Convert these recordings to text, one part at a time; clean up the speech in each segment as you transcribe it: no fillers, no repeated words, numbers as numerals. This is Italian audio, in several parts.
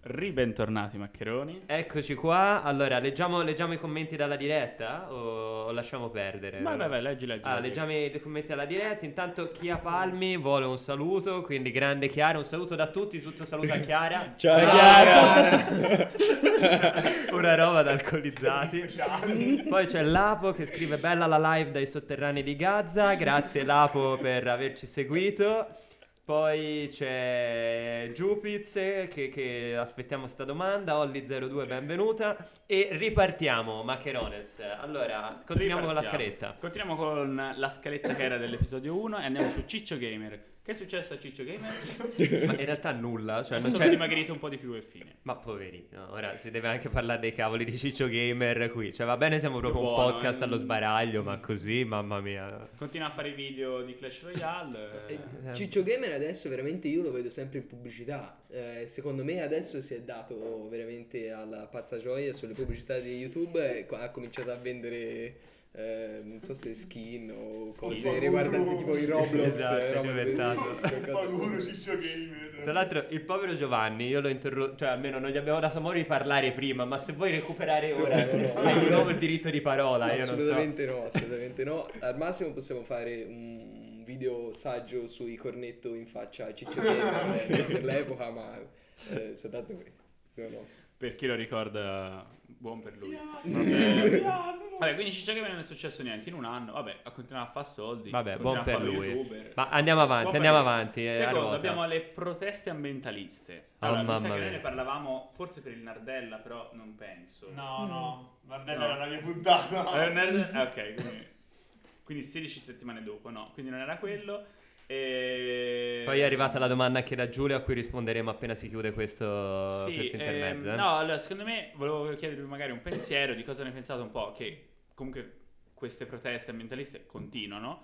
Ribentornati maccheroni. Eccoci qua. Allora, leggiamo i commenti dalla diretta o lasciamo perdere? Vai, leggi. Leggiamo i commenti dalla diretta. Intanto Chia Palmi vuole un saluto, quindi grande Chiara, un saluto da tutti, tutto un saluto a Chiara. Ciao Chiara. Una roba da alcolizzati. Poi c'è Lapo che scrive bella la live dai sotterranei di Gaza. Grazie Lapo per averci seguito. Poi c'è Giupiz che aspettiamo sta domanda. Olli02 benvenuta. E ripartiamo Maccherones. Allora continuiamo con la scaletta. Continuiamo con la scaletta che era dell'episodio 1 e andiamo su Ciccio Gamer. Che è successo a Ciccio Gamer? Ma in realtà nulla, cioè non sono c'è... dimagrito un po' di più e fine. Ma poverino, ora si deve anche parlare dei cavoli di Ciccio Gamer qui. Cioè va bene, siamo proprio un podcast allo sbaraglio, ma così, mamma mia. Continua a fare i video di Clash Royale. Ciccio Gamer adesso veramente io lo vedo sempre in pubblicità. Secondo me adesso si è dato veramente alla pazza gioia sulle pubblicità di YouTube e ha cominciato a vendere non so se skin o cose riguardanti tipo i Roblox. Esatto, è diventato Ciccio Gamer. Tra l'altro il povero Giovanni io l'ho interrotto, cioè almeno non gli abbiamo dato modo di parlare prima, ma se vuoi recuperare ora hai di nuovo il diritto di parola. No, io assolutamente no, assolutamente no. Al massimo possiamo fare un video saggio sui cornetto in faccia a Ciccio Gamer per l'epoca, ma soltanto qui no. Per chi lo ricorda, buon per lui. Vabbè, quindi Ciccio Gamer non è successo niente in un anno. Vabbè, ha continuato a fare soldi. Vabbè, buon per lui. YouTuber. Ma andiamo avanti. Secondo, abbiamo le proteste ambientaliste. Allora, mi sa che mia. noi ne parlavamo forse per il Nardella, però non penso. No, Nardella era la mia puntata. Ok, quindi 16 settimane dopo, no. Quindi non era quello. E... Poi è arrivata la domanda anche da Giulio a cui risponderemo appena si chiude questo intermezzo. No, allora secondo me volevo chiedervi magari un pensiero di cosa ne pensate un po', che comunque queste proteste ambientaliste continuano,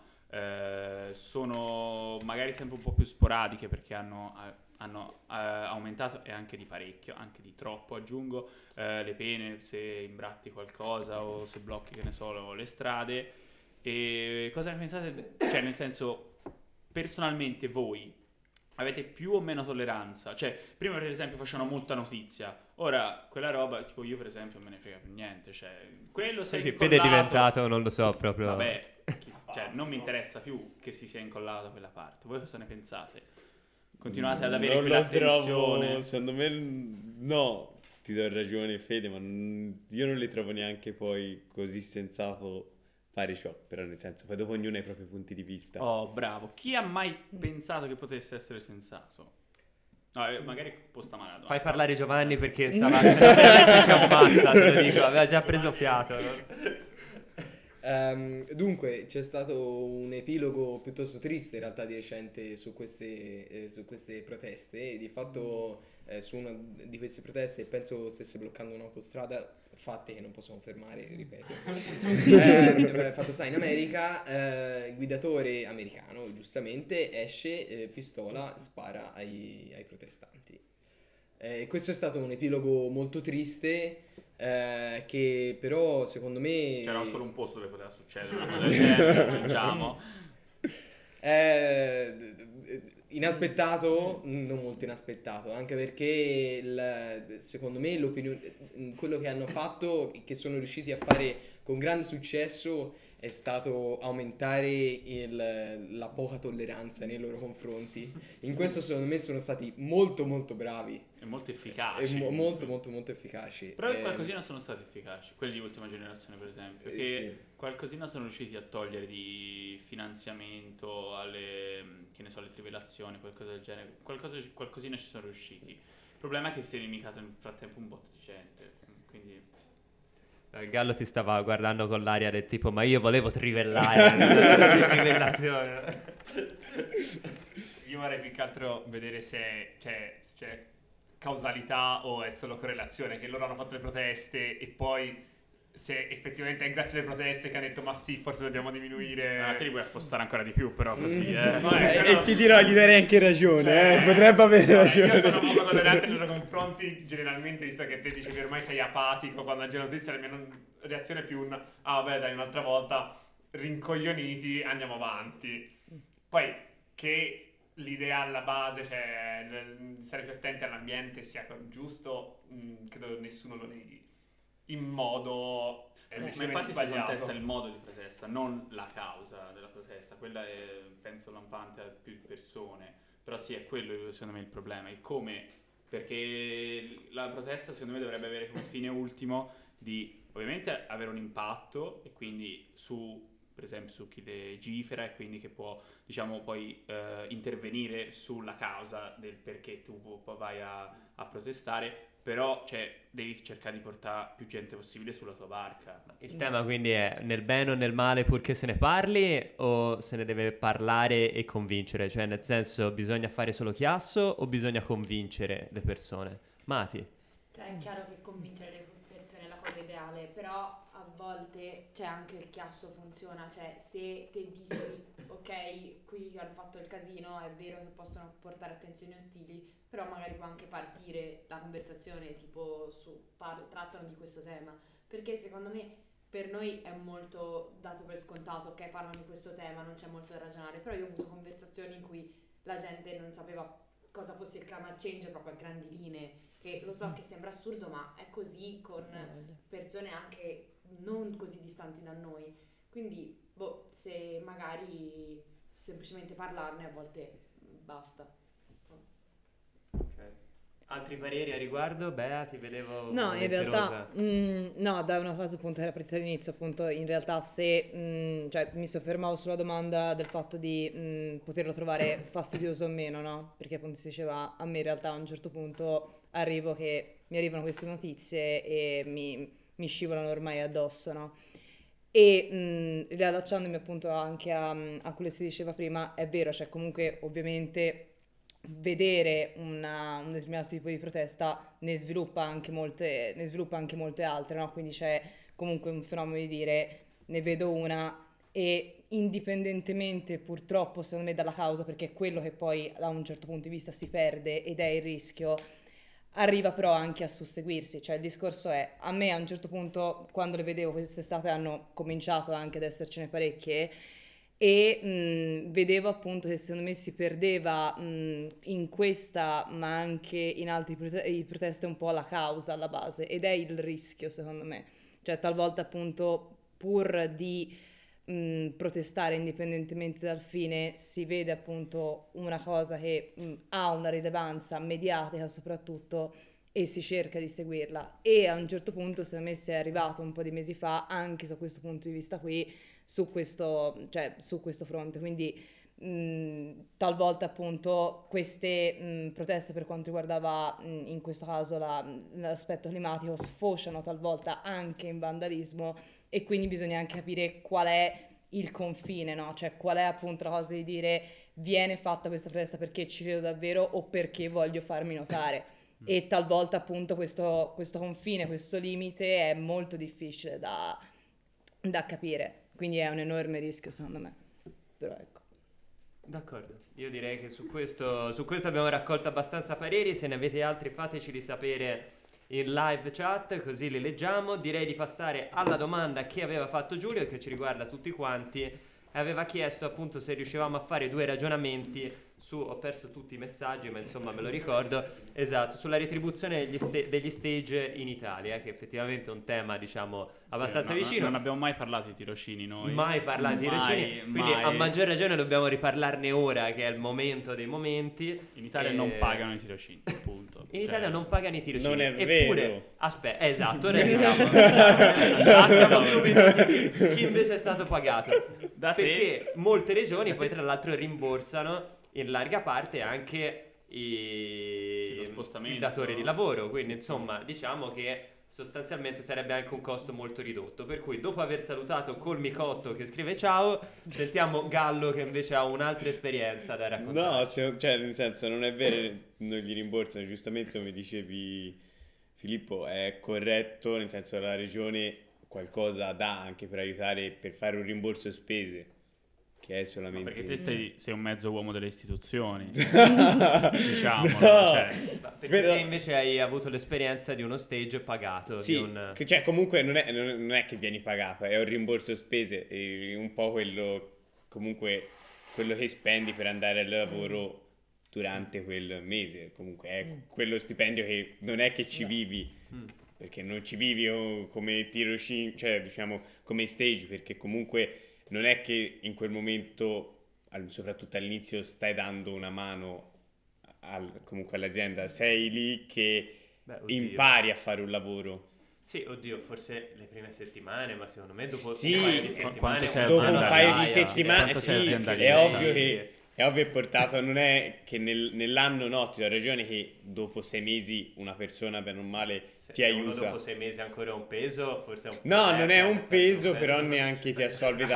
sono magari sempre un po' più sporadiche perché hanno aumentato e anche di parecchio, anche di troppo aggiungo, le pene se imbratti qualcosa o se blocchi, che ne so, le strade. E cosa ne pensate? Cioè nel senso, personalmente voi avete più o meno tolleranza? Cioè, prima per esempio facevano molta notizia, ora quella roba, tipo io per esempio me ne frega più niente, cioè, quello se Sì, Fede è diventato, non lo so, proprio... Vabbè, cioè, non mi interessa più che si sia incollato quella parte, voi cosa ne pensate? Continuate ad avere quell'attenzione? Secondo me no, ti do ragione Fede, ma io non li trovo neanche poi così sensato fare ciò, però nel senso, poi dopo ognuno ha i propri punti di vista. Oh, bravo. Chi ha mai pensato che potesse essere sensato? No, magari posta male la domanda. Fai parlare Giovanni perché stava veramente ci ammazza, te lo dico, aveva già preso fiato. Dunque c'è stato un epilogo piuttosto triste in realtà di recente su queste proteste e di fatto su una di queste proteste penso stesse bloccando un'autostrada, fatte che non possono fermare, ripeto. Fatto sta in America, il guidatore americano giustamente esce, pistola, spara ai protestanti. Questo è stato un epilogo molto triste, che però secondo me c'era solo un posto dove poteva succedere una cosa del genere, aggiungiamo. Inaspettato, non molto inaspettato, anche perché secondo me quello che hanno fatto, che sono riusciti a fare con grande successo, è stato aumentare la poca tolleranza nei loro confronti. In questo secondo me sono stati molto molto bravi e molto efficaci, molto efficaci. Però qualcosina sono stati efficaci, quelli di ultima generazione per esempio, che sì. Qualcosina sono riusciti a togliere di finanziamento alle, che ne so, alle trivellazioni, qualcosa del genere, qualcosina ci sono riusciti. Il problema è che si è inimicato nel frattempo un botto di gente, quindi... Il Gallo ti stava guardando con l'aria del tipo, ma io volevo trivellare. Trivellazione. Io vorrei più che altro vedere se c'è causalità o è solo correlazione, che loro hanno fatto le proteste e poi se effettivamente è grazie alle proteste che hanno detto ma sì, forse dobbiamo diminuire. te li puoi affossare ancora di più, però così E ti dirò, gli darei anche ragione, potrebbe avere ragione. Io sono molto tollerante nei loro confronti generalmente, visto che te dici che ormai sei apatico quando leggi la notizia, la mia reazione è più un vabbè dai, un'altra volta rincoglioniti, andiamo avanti. Poi che l'idea alla base, cioè stare più attenti all'ambiente sia giusto, credo nessuno lo neghi in modo Ma infatti si contesta il modo di protesta, non la causa della protesta. Quella è, penso, lampante a più persone. Però sì, è quello secondo me il problema, il come. Perché la protesta secondo me dovrebbe avere come fine ultimo di ovviamente avere un impatto, e quindi per esempio su chi legifera, e quindi che può, diciamo, poi intervenire sulla causa del perché tu vai a protestare. Però, cioè, devi cercare di portare più gente possibile sulla tua barca. Il tema quindi è nel bene o nel male purché se ne parli, o se ne deve parlare e convincere? Cioè, nel senso, bisogna fare solo chiasso o bisogna convincere le persone? Mati? Cioè, è chiaro che convincere le persone è la cosa ideale, però a volte, cioè, anche il chiasso funziona. Cioè, se te dici, ok, qui hanno fatto il casino, è vero che possono portare attenzioni ostili, però magari può anche partire la conversazione tipo trattano di questo tema, perché secondo me per noi è molto dato per scontato, ok, parlano di questo tema, non c'è molto da ragionare, però io ho avuto conversazioni in cui la gente non sapeva cosa fosse il climate change proprio a grandi linee, che lo so che sembra assurdo, ma è così con persone anche non così distanti da noi, quindi se magari semplicemente parlarne a volte basta. Altri pareri a riguardo? Bea, ti vedevo No, in volenterosa. realtà, no, da una fase appunto era partita all'inizio, appunto, in realtà se, cioè mi soffermavo sulla domanda del fatto di poterlo trovare fastidioso o meno, no? Perché appunto si diceva, a me in realtà a un certo punto mi arrivano queste notizie e mi scivolano ormai addosso, no? E riallacciandomi appunto anche a quello che si diceva prima, è vero, cioè comunque ovviamente vedere un determinato tipo di protesta ne sviluppa anche molte altre, no? Quindi c'è comunque un fenomeno di dire ne vedo una e indipendentemente purtroppo secondo me dalla causa, perché è quello che poi da un certo punto di vista si perde ed è il rischio, arriva però anche a susseguirsi. Cioè il discorso è, a me a un certo punto quando le vedevo quest'estate hanno cominciato anche ad essercene parecchie e vedevo appunto che secondo me si perdeva in questa ma anche in altri proteste un po' la causa alla base, ed è il rischio secondo me. Cioè talvolta appunto pur di protestare indipendentemente dal fine si vede appunto una cosa che ha una rilevanza mediatica soprattutto e si cerca di seguirla, e a un certo punto secondo me si è arrivato un po' di mesi fa anche da questo punto di vista qui su questo fronte, quindi talvolta appunto queste proteste per quanto riguardava in questo caso l'aspetto climatico sfociano talvolta anche in vandalismo, e quindi bisogna anche capire qual è il confine, no? Cioè qual è appunto la cosa di dire viene fatta questa protesta perché ci credo davvero o perché voglio farmi notare. E talvolta appunto questo confine, questo limite è molto difficile da capire, quindi è un enorme rischio secondo me, però ecco. D'accordo, io direi che su questo abbiamo raccolto abbastanza pareri. Se ne avete altri fateceli sapere in live chat, così li leggiamo. Direi di passare alla domanda che aveva fatto Giulio e che ci riguarda tutti quanti. Aveva chiesto appunto se riuscivamo a fare due ragionamenti ho perso tutti i messaggi ma insomma me lo ricordo, esatto, sulla retribuzione degli stage in Italia, che effettivamente è un tema diciamo abbastanza vicino. Non abbiamo mai parlato di tirocini noi. Mai parlato di tirocini, quindi a maggior ragione dobbiamo riparlarne ora che è il momento dei momenti. In Italia non pagano i tirocini, punto. In Italia non pagano i tirocini. Non è Eppure, vero. Aspetta, esatto, ora andiamo subito chi invece è stato pagato. Perché molte regioni poi tra l'altro rimborsano in larga parte anche il datore di lavoro, quindi insomma diciamo che sostanzialmente sarebbe anche un costo molto ridotto, per cui dopo aver salutato Colmicotto che scrive ciao, sentiamo Gallo che invece ha un'altra esperienza da raccontare. No, cioè nel senso non è vero, non gli rimborsano, giustamente come dicevi Filippo è corretto, nel senso la regione qualcosa dà anche per aiutare, per fare un rimborso spese, che è solamente... Perché te sei un mezzo uomo delle istituzioni, diciamolo. No. Perché te invece hai avuto l'esperienza di uno stage pagato. Sì, cioè comunque non è che vieni pagato, è un rimborso spese, e un po' quello che spendi per andare al lavoro durante quel mese. Comunque è quello stipendio che non è che ci vivi, perché non ci vivi come tirocinio, cioè diciamo come stage, perché comunque non è che in quel momento, soprattutto all'inizio, stai dando una mano comunque all'azienda, sei lì che impari a fare un lavoro. Sì, oddio, forse le prime settimane, ma secondo me dopo Sì, un paio di settimane, quanto sei dopo un paio di aziendaliaia, settimane, quanto sei sì, aziendaliaia. è ovvio che è ovvio è portato, non è che nell'anno no, ti do ragione che dopo 6 mesi una persona bene o male ti se uno aiuta. dopo 6 mesi ancora ha un peso, forse è un No, problema, non è nel un senso, peso, penso però che- neanche ti assolvi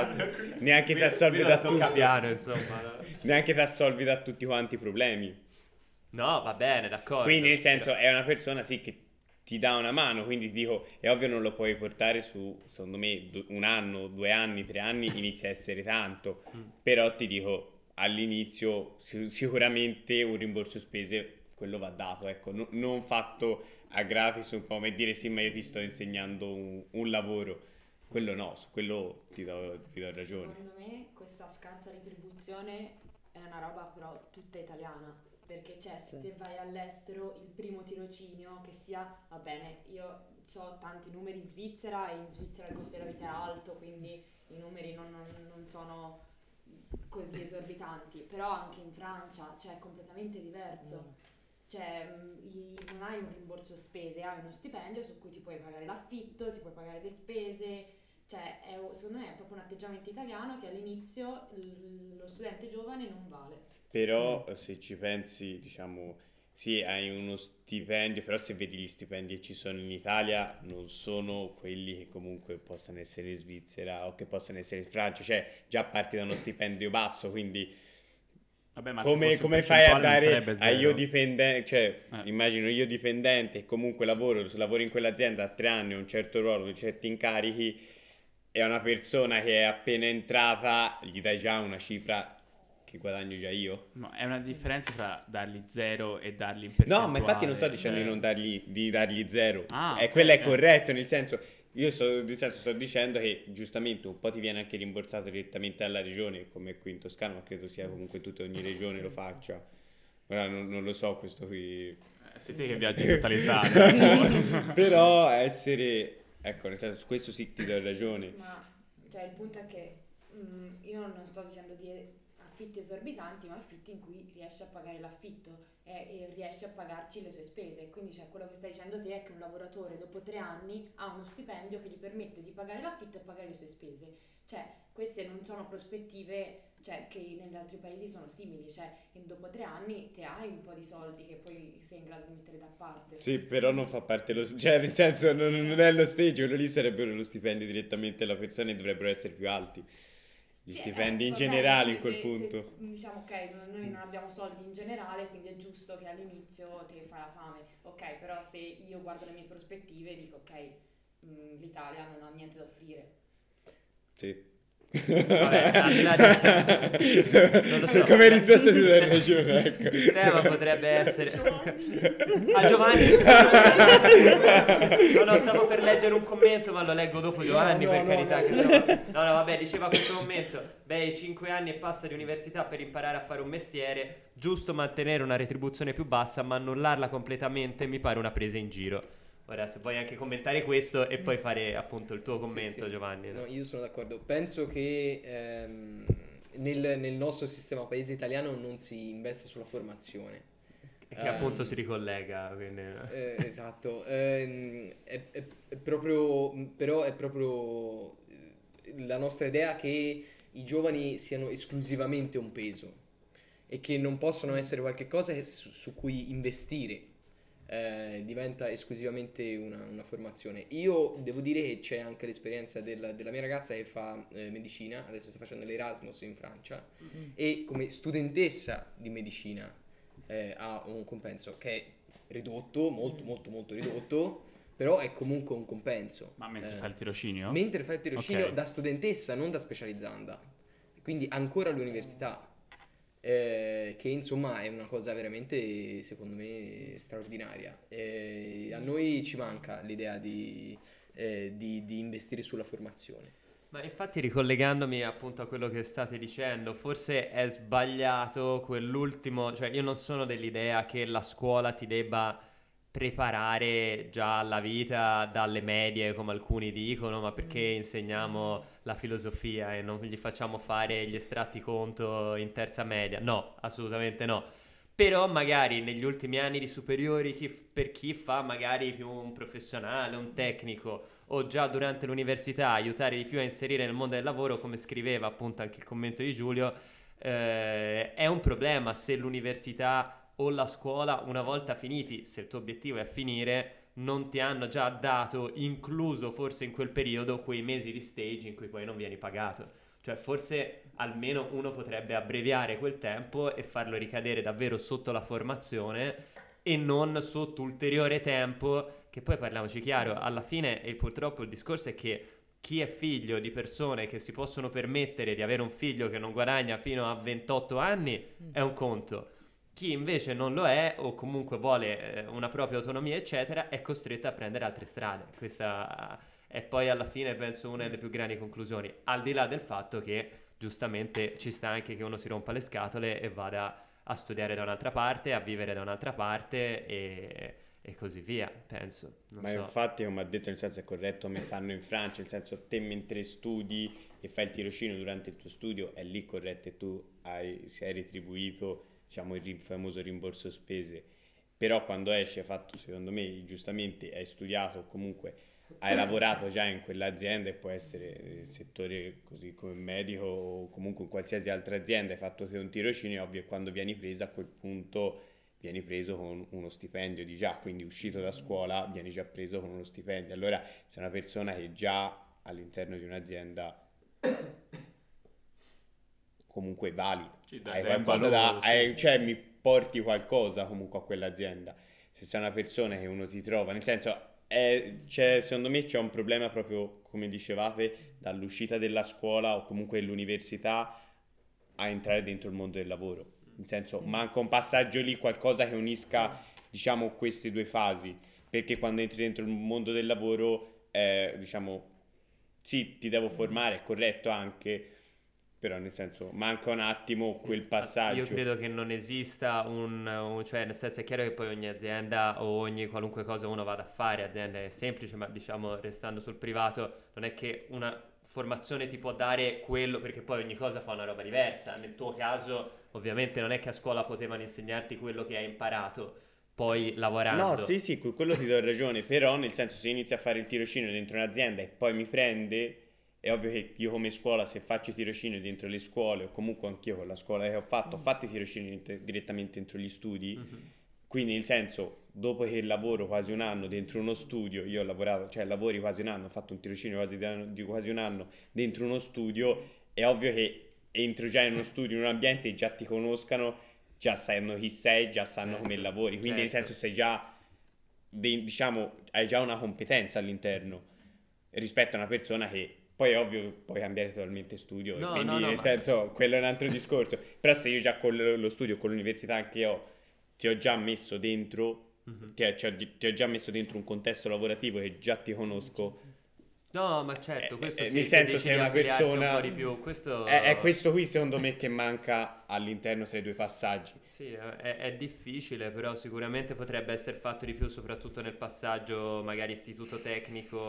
da tocca tutto. piano, insomma. Neanche ti assolvi da tutti quanti i problemi. No, va bene, d'accordo. Quindi nel senso è una persona sì che ti dà una mano, quindi ti dico, è ovvio non lo puoi portare su, secondo me, 1 anno, 2 anni, 3 anni inizia a essere tanto, però ti dico all'inizio sicuramente un rimborso spese quello va dato, ecco, non fatto a gratis, un po' come dire sì ma io ti sto insegnando un lavoro, quello no, su quello ti do ragione. Secondo me questa scarsa retribuzione è una roba però tutta italiana. Perché se te vai all'estero, il primo tirocinio che sia, va bene, io ho tanti numeri in Svizzera e in Svizzera il costo della vita è alto, quindi i numeri non sono così esorbitanti, però anche in Francia, è completamente diverso. Non hai un rimborso spese, hai uno stipendio su cui ti puoi pagare l'affitto, ti puoi pagare le spese, secondo me è proprio un atteggiamento italiano che all'inizio lo studente giovane non vale. Però se ci pensi, diciamo, sì, hai uno stipendio, però se vedi gli stipendi che ci sono in Italia non sono quelli che comunque possano essere in Svizzera o che possano essere in Francia, cioè già parti da uno stipendio basso, quindi Vabbè, ma se come fosse un fai a percentuale non dare sarebbe a io zero. dipendente, cioè immagino io dipendente e comunque se lavoro in quell'azienda a 3 anni, ho un certo ruolo, certi incarichi, e a una persona che è appena entrata gli dai già una cifra che guadagno già io? No, è una differenza tra dargli 0 e dargli in No, percentuale. ma infatti non sto dicendo di dargli 0. Ok, Quello è corretto, nel senso, io sto dicendo che giustamente un po' ti viene anche rimborsato direttamente dalla regione, come qui in Toscana, ma credo sia comunque tutta ogni regione lo faccia. Ora non lo so questo qui. Sei te che viaggi in tutta l'Italia. Però ecco, nel senso, su questo sì ti do ragione. Ma il punto è che io non sto dicendo di affitti esorbitanti, ma affitti in cui riesci a pagare l'affitto e riesci a pagarci le sue spese. Quindi quello che stai dicendo te è che un lavoratore dopo 3 anni ha uno stipendio che gli permette di pagare l'affitto e pagare le sue spese. Queste non sono prospettive che negli altri paesi sono simili, e dopo 3 anni te hai un po' di soldi che poi sei in grado di mettere da parte. Sì, però non fa parte cioè nel senso non è lo stage, quello lì sarebbero lo stipendio direttamente alla persona e dovrebbero essere più alti. Gli stipendi in generale in quel punto. Se diciamo ok, noi non abbiamo soldi in generale, quindi è giusto che all'inizio te fai la fame. Ok, però se io guardo le mie prospettive dico ok, l'Italia non ha niente da offrire. Sì. Vabbè, al di là di... non lo so. Come risposta ti do ragione, ecco. Il tema potrebbe essere a Giovanni. No, stavo per leggere un commento, ma lo leggo dopo Giovanni, per carità. No, vabbè, diceva questo commento. Beh, 5 anni e passa di università per imparare a fare un mestiere, giusto mantenere una retribuzione più bassa, ma annullarla completamente mi pare una presa in giro. Ora, se vuoi anche commentare questo e poi fare appunto il tuo commento, Sì. Giovanni. No, io sono d'accordo. Penso che nel nostro sistema paese italiano non si investe sulla formazione. Che appunto si ricollega. Quindi... Esatto. È proprio, però è proprio la nostra idea che i giovani siano esclusivamente un peso e che non possono essere qualche cosa su cui investire. Diventa esclusivamente una formazione. Io devo dire che c'è anche l'esperienza della mia ragazza che fa medicina, adesso sta facendo l'Erasmus in Francia e come studentessa di medicina ha un compenso che è ridotto, molto molto molto ridotto, però è comunque un compenso. Ma mentre fai il tirocinio? Mentre fai il tirocinio Ok. da studentessa, non da specializzanda, quindi ancora all'università. Che insomma è una cosa veramente secondo me straordinaria. A noi ci manca l'idea di investire sulla formazione. Ma infatti ricollegandomi appunto a quello che state dicendo, forse è sbagliato quell'ultimo, cioè io non sono dell'idea che la scuola ti debba preparare già alla vita dalle medie come alcuni dicono, ma perché insegniamo la filosofia e non gli facciamo fare gli estratti conto in terza media? No, assolutamente no. Però magari negli ultimi anni di superiori per chi fa magari più un professionale, un tecnico o già durante l'università aiutare di più a inserire nel mondo del lavoro, come scriveva appunto anche il commento di Giulio, è un problema se l'università o la scuola, una volta finiti, se il tuo obiettivo è finire, non ti hanno già dato, incluso forse in quel periodo, quei mesi di stage in cui poi non vieni pagato. Cioè forse almeno uno potrebbe abbreviare quel tempo e farlo ricadere davvero sotto la formazione e non sotto ulteriore tempo, che poi parliamoci chiaro, alla fine e purtroppo il discorso è che chi è figlio di persone che si possono permettere di avere un figlio che non guadagna fino a 28 anni è un conto. Chi invece non lo è o comunque vuole una propria autonomia eccetera è costretto a prendere altre strade. Questa è poi alla fine penso una delle più grandi conclusioni, al di là del fatto che giustamente ci sta anche che uno si rompa le scatole e vada a studiare da un'altra parte, a vivere da un'altra parte e così via, penso. Non Ma so. infatti, come ha detto, nel senso è corretto come fanno in Francia, nel senso te mentre studi e fai il tirocinio durante il tuo studio è lì corretto e tu sei retribuito, diciamo, il famoso rimborso spese. Però quando esci hai fatto, secondo me, giustamente hai studiato o comunque hai lavorato già in quell'azienda e può essere il settore così come medico o comunque in qualsiasi altra azienda, hai fatto te un tirocinio, è ovvio che quando vieni preso a quel punto vieni preso con uno stipendio di già, quindi uscito da scuola vieni già preso con uno stipendio. Allora sei una persona che già all'interno di un'azienda comunque vali, hai qualcosa cioè mi porti qualcosa comunque a quell'azienda. Se sei una persona che uno ti trova, nel senso secondo me c'è un problema proprio come dicevate dall'uscita della scuola o comunque dell'università a entrare dentro il mondo del lavoro. Nel senso, manca un passaggio lì, qualcosa che unisca, diciamo, queste due fasi. Perché quando entri dentro il mondo del lavoro, diciamo, sì, ti devo formare, è corretto anche, però nel senso, manca un attimo quel passaggio. Io credo che non esista cioè nel senso è chiaro che poi ogni azienda o ogni qualunque cosa uno vada a fare, azienda è semplice, ma diciamo, restando sul privato, non è che una formazione ti può dare quello, perché poi ogni cosa fa una roba diversa. Nel tuo caso ovviamente non è che a scuola potevano insegnarti quello che hai imparato poi lavorando. No, sì, quello ti do ragione, però nel senso se inizi a fare il tirocinio dentro un'azienda e poi mi prende, è ovvio che io come scuola, se faccio i tirocini dentro le scuole o comunque anch'io con la scuola che ho fatto i tirocini direttamente dentro gli studi, quindi nel senso dopo che lavoro quasi un anno dentro uno studio, io ho lavorato, cioè lavori quasi un anno, ho fatto un tirocinio di quasi un anno dentro uno studio, è ovvio che entro già in uno studio, in un ambiente e già ti conoscano, già sanno chi sei, già sanno come lavori, quindi nel senso sei già, diciamo, hai già una competenza all'interno rispetto a una persona che poi è ovvio che puoi cambiare totalmente studio, quindi nel senso quello è un altro discorso, però se io già con lo studio, con l'università che ho, ti ho già messo dentro, ti ho già messo dentro un contesto lavorativo che già ti conosco. No, ma certo, questo sì, nel senso sei una persona un po' di più. Questo è questo qui secondo me che manca all'interno tra i due passaggi. Sì, è difficile, però sicuramente potrebbe essere fatto di più, soprattutto nel passaggio magari istituto tecnico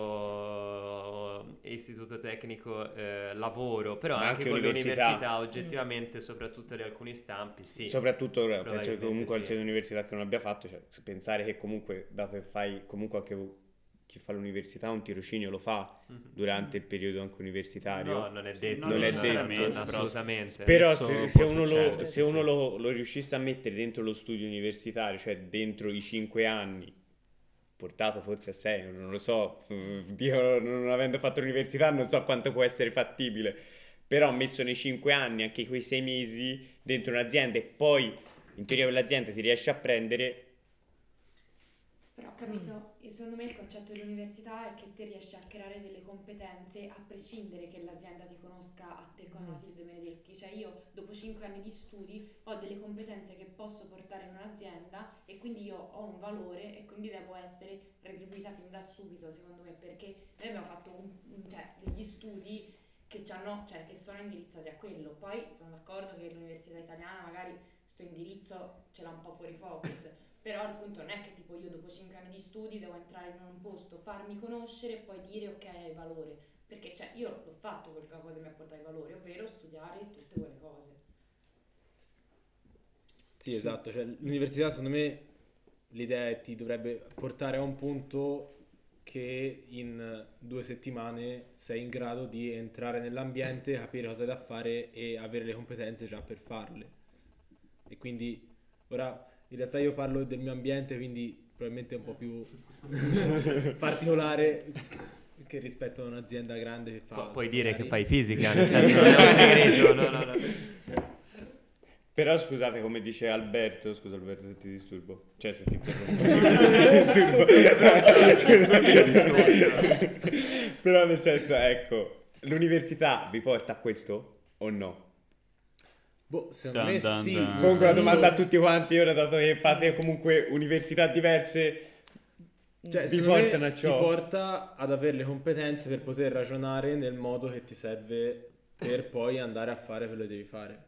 lavoro, però ma anche con l'università oggettivamente, soprattutto di alcuni stampi, sì. Soprattutto penso che comunque al sì. all'università che non abbia fatto, cioè pensare che comunque dato che fai comunque anche chi fa l'università un tirocinio lo fa durante il periodo anche universitario. No, non è detto. Non è detto, assolutamente. Però se uno lo riuscisse a mettere dentro lo studio universitario, cioè dentro i 5 anni, portato forse a 6, non lo so, Dio, non avendo fatto l'università non so quanto può essere fattibile, però messo nei 5 anni anche quei 6 mesi dentro un'azienda e poi in teoria quell'azienda ti riesce a prendere. Però ho capito, secondo me il concetto dell'università è che te riesci a creare delle competenze a prescindere che l'azienda ti conosca a te come Matilde Benedetti. Cioè io dopo 5 anni di studi ho delle competenze che posso portare in un'azienda e quindi io ho un valore e quindi devo essere retribuita fin da subito, secondo me, perché noi abbiamo fatto degli studi che sono indirizzati a quello. Poi sono d'accordo che l'università italiana magari sto indirizzo ce l'ha un po' fuori focus, però il punto non è che tipo io dopo 5 anni di studi devo entrare in un posto, farmi conoscere e poi dire ok hai valore, perché io l'ho fatto quella cosa che mi ha portato ai valori, ovvero studiare tutte quelle cose. Sì, esatto, cioè l'università secondo me l'idea è ti dovrebbe portare a un punto che in 2 settimane sei in grado di entrare nell'ambiente, capire cosa hai da fare e avere le competenze già per farle. E quindi ora in realtà io parlo del mio ambiente, quindi probabilmente è un po' più particolare che rispetto a un'azienda grande che fa... Puoi dire che fai fisica, nel senso non è un segreto, no. Però scusate, come dice Alberto, scusa Alberto se ti disturbo, cioè se ti interrompo. Però nel senso, ecco, l'università vi porta a questo o no? Boh, secondo me sì. Comunque la domanda a tutti quanti ora, dato che fate comunque università diverse, cioè, vi portano a ciò? Ti porta ad avere le competenze per poter ragionare nel modo che ti serve per poi andare a fare quello che devi fare.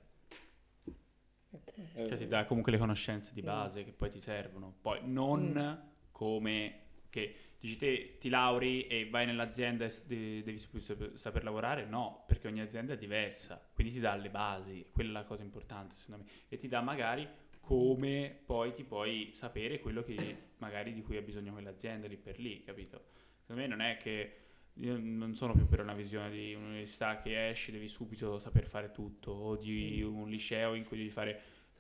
Cioè ti dà comunque le conoscenze di base che poi ti servono, poi non come che dici te ti lauri e vai nell'azienda e devi saper lavorare, no, perché ogni azienda è diversa, quindi ti dà le basi, quella è la cosa importante secondo me, e ti dà magari come poi ti puoi sapere quello che magari di cui ha bisogno quell'azienda lì per lì, capito? Secondo me non è che io non sono più per una visione di un'università che esci devi subito saper fare tutto, o di un liceo in cui devi fare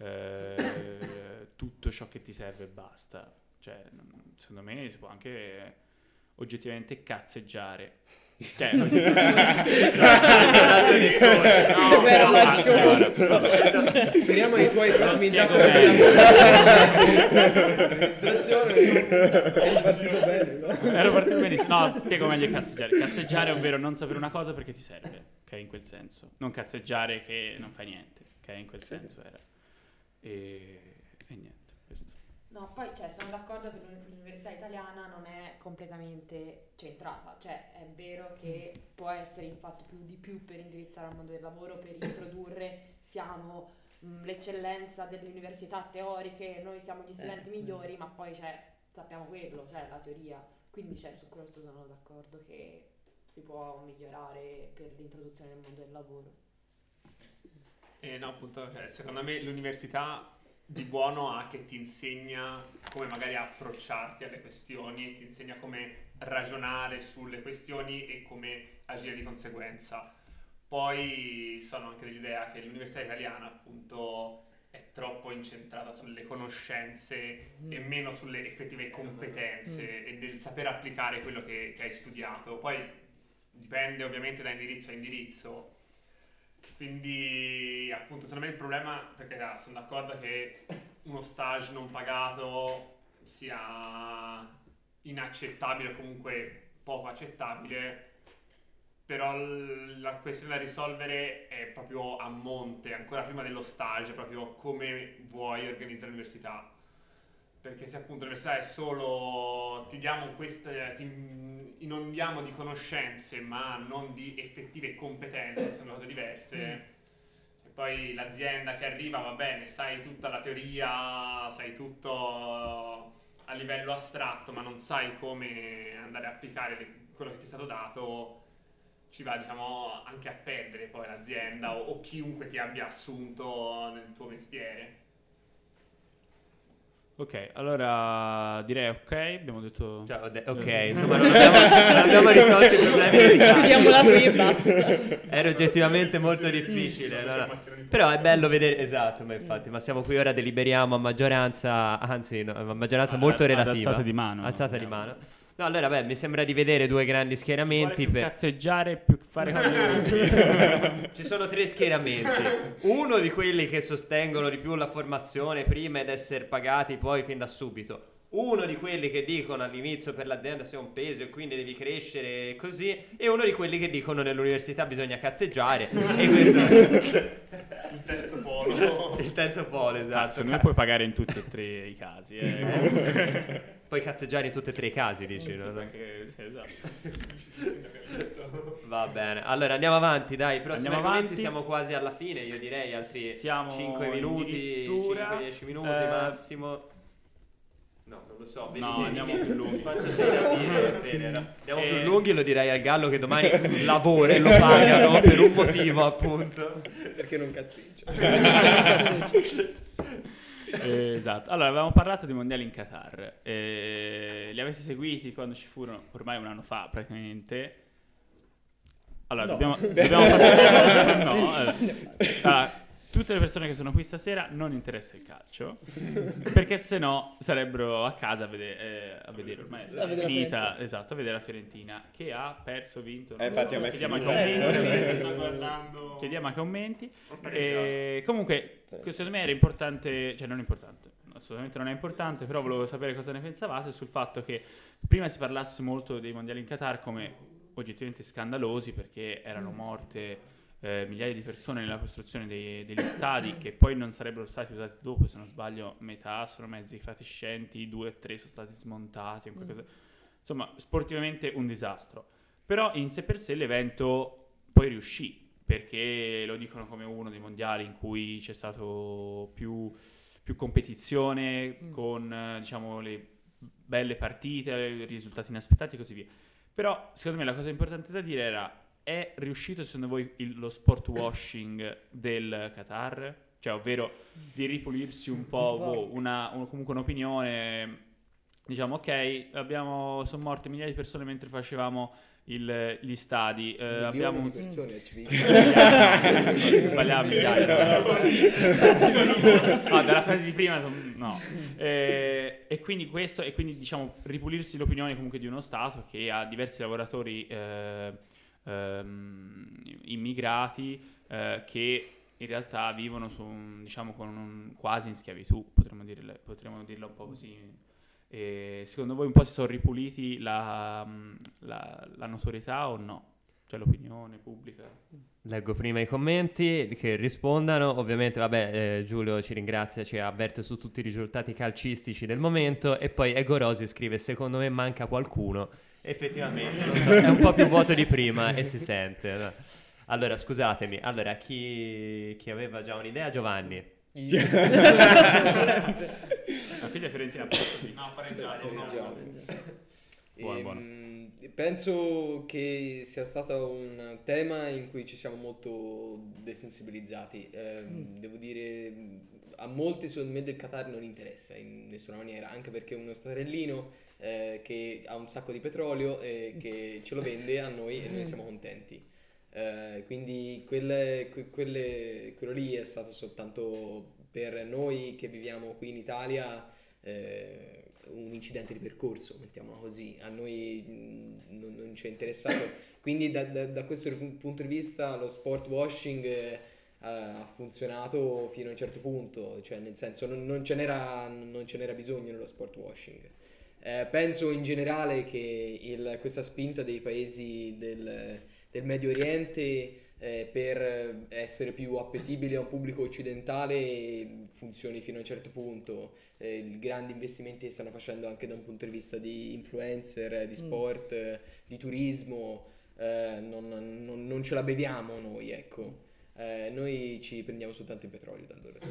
tutto ciò che ti serve e basta. Cioè, secondo me si può anche oggettivamente cazzeggiare. Cioè, speriamo ai tuoi prossimi datori ero partito benissimo. No, spiego meglio cazzeggiare. Cazzeggiare ovvero non sapere una cosa perché ti serve, ok, in quel senso. Non cazzeggiare che non fa niente, ok, in quel senso era. E niente, questo. No, poi sono d'accordo che l'università italiana non è completamente centrata, cioè è vero che può essere infatti di più per indirizzare al mondo del lavoro, per introdurre, siamo l'eccellenza delle università teoriche, noi siamo gli studenti migliori, ma poi sappiamo quello, la teoria, quindi su questo sono d'accordo che si può migliorare per l'introduzione del mondo del lavoro. No, appunto, secondo me l'università di buono ha che ti insegna come magari approcciarti alle questioni e ti insegna come ragionare sulle questioni e come agire di conseguenza. Poi sono anche dell'idea che l'università italiana appunto è troppo incentrata sulle conoscenze e meno sulle effettive competenze e del saper applicare quello che hai studiato. Poi dipende ovviamente da indirizzo a indirizzo. Quindi appunto secondo me il problema, perché sono d'accordo che uno stage non pagato sia inaccettabile o comunque poco accettabile, però la questione da risolvere è proprio a monte, ancora prima dello stage, proprio come vuoi organizzare l'università. Perché se appunto l'università è solo ti inondiamo di conoscenze ma non di effettive competenze, che sono cose diverse, e poi l'azienda che arriva va bene, sai tutta la teoria, sai tutto a livello astratto, ma non sai come andare a applicare quello che ti è stato dato, ci va anche a perdere poi l'azienda o chiunque ti abbia assunto nel tuo mestiere. Ok, allora direi ok, abbiamo detto... Cioè, ok, insomma non abbiamo risolto i problemi. Chiudiamola qui e basta. Era oggettivamente molto difficile. Però è bello vedere, esatto, ma infatti, ma siamo qui ora, deliberiamo a maggioranza, anzi no, a maggioranza molto relativa. Alzata di mano. Alzata di mano. No, allora mi sembra di vedere due grandi schieramenti. Più cazzeggiare, più fare cose. Ci sono 3 schieramenti. Uno di quelli che sostengono di più la formazione prima ed essere pagati poi fin da subito. Uno di quelli che dicono all'inizio per l'azienda sei un peso e quindi devi crescere e così. E uno di quelli che dicono nell'università bisogna cazzeggiare. E questo... Il terzo polo. Il terzo polo, esatto. Secondo me puoi pagare in tutti e 3 i casi. Puoi cazzeggiare in tutti e 3 i casi, dici, no? Sì, esatto. Va bene, allora andiamo avanti, dai, prossimi Andiamo argomenti, avanti. siamo quasi alla fine, io direi altri Siamo 5 minuti, addirittura, 5-10 minuti massimo. No, non lo so, No, andiamo più lunghi. Quanto sei da dire, Fede? Andiamo più lunghi, lo direi al Gallo che domani lavora e lo pagano per un motivo, appunto. Perché non cazzeggia. Esatto. Allora, avevamo parlato di mondiali in Qatar. Li avete seguiti quando ci furono? Ormai un anno fa, praticamente. Allora, dobbiamo parlare. No. Allora, tutte le persone che sono qui stasera non interessa il calcio, perché sennò sarebbero a casa a vedere ormai è vedere finita, esatto, a vedere la Fiorentina che ha perso, vinto. Infatti a me Chiediamo ai commenti. Comunque, secondo me era importante, cioè non importante, assolutamente non è importante, però volevo sapere cosa ne pensavate sul fatto che prima si parlasse molto dei mondiali in Qatar come oggettivamente scandalosi perché erano morte migliaia di persone nella costruzione degli stadi che poi non sarebbero stati usati dopo, se non sbaglio metà sono mezzi fatiscenti, 2 o 3 sono stati smontati, insomma sportivamente un disastro, però in sé per sé l'evento poi riuscì perché lo dicono come uno dei mondiali in cui c'è stato più competizione con diciamo le belle partite, risultati inaspettati e così via. Però secondo me la cosa importante da dire è riuscito secondo voi lo sport washing del Qatar? Cioè, ovvero di ripulirsi un po' comunque un'opinione, diciamo ok, sono morte migliaia di persone mentre facevamo gli stadi, abbiamo di persone sbagliamo migliaia. No, dalla fase di prima no. E quindi questo, e quindi diciamo ripulirsi l'opinione comunque di uno Stato che ha diversi lavoratori immigrati che in realtà vivono diciamo quasi in schiavitù, potremmo dirla un po' così. E secondo voi un po' si sono ripuliti la notorietà o no? Cioè l'opinione pubblica? Leggo prima i commenti che rispondano. Ovviamente, vabbè, Giulio ci ringrazia, ci avverte su tutti i risultati calcistici del momento. E poi Ego Rosi scrive: secondo me manca qualcuno. Effettivamente, lo so, è un po' più vuoto di prima e si sente. No? Allora, scusatemi. Allora, chi aveva già un'idea? Giovanni. Quindi la Fiorentina pareggiato. Buono. Penso che sia stato un tema in cui ci siamo molto desensibilizzati. Devo dire, a molti secondo me del Qatar non interessa in nessuna maniera, anche perché è uno staterellino che ha un sacco di petrolio e che ce lo vende a noi e noi siamo contenti. Quindi quello lì è stato soltanto per noi che viviamo qui in Italia un incidente di percorso, mettiamola così. A noi non ci è interessato, quindi da questo punto di vista lo sport washing ha funzionato fino a un certo punto, cioè nel senso non ce n'era bisogno nello sport washing. Penso in generale che questa spinta dei paesi del Medio Oriente per essere più appetibili a un pubblico occidentale funzioni fino a un certo punto. I grandi investimenti che stanno facendo anche da un punto di vista di influencer, di sport, di turismo, non ce la beviamo noi, ecco. Noi ci prendiamo soltanto il petrolio da loro.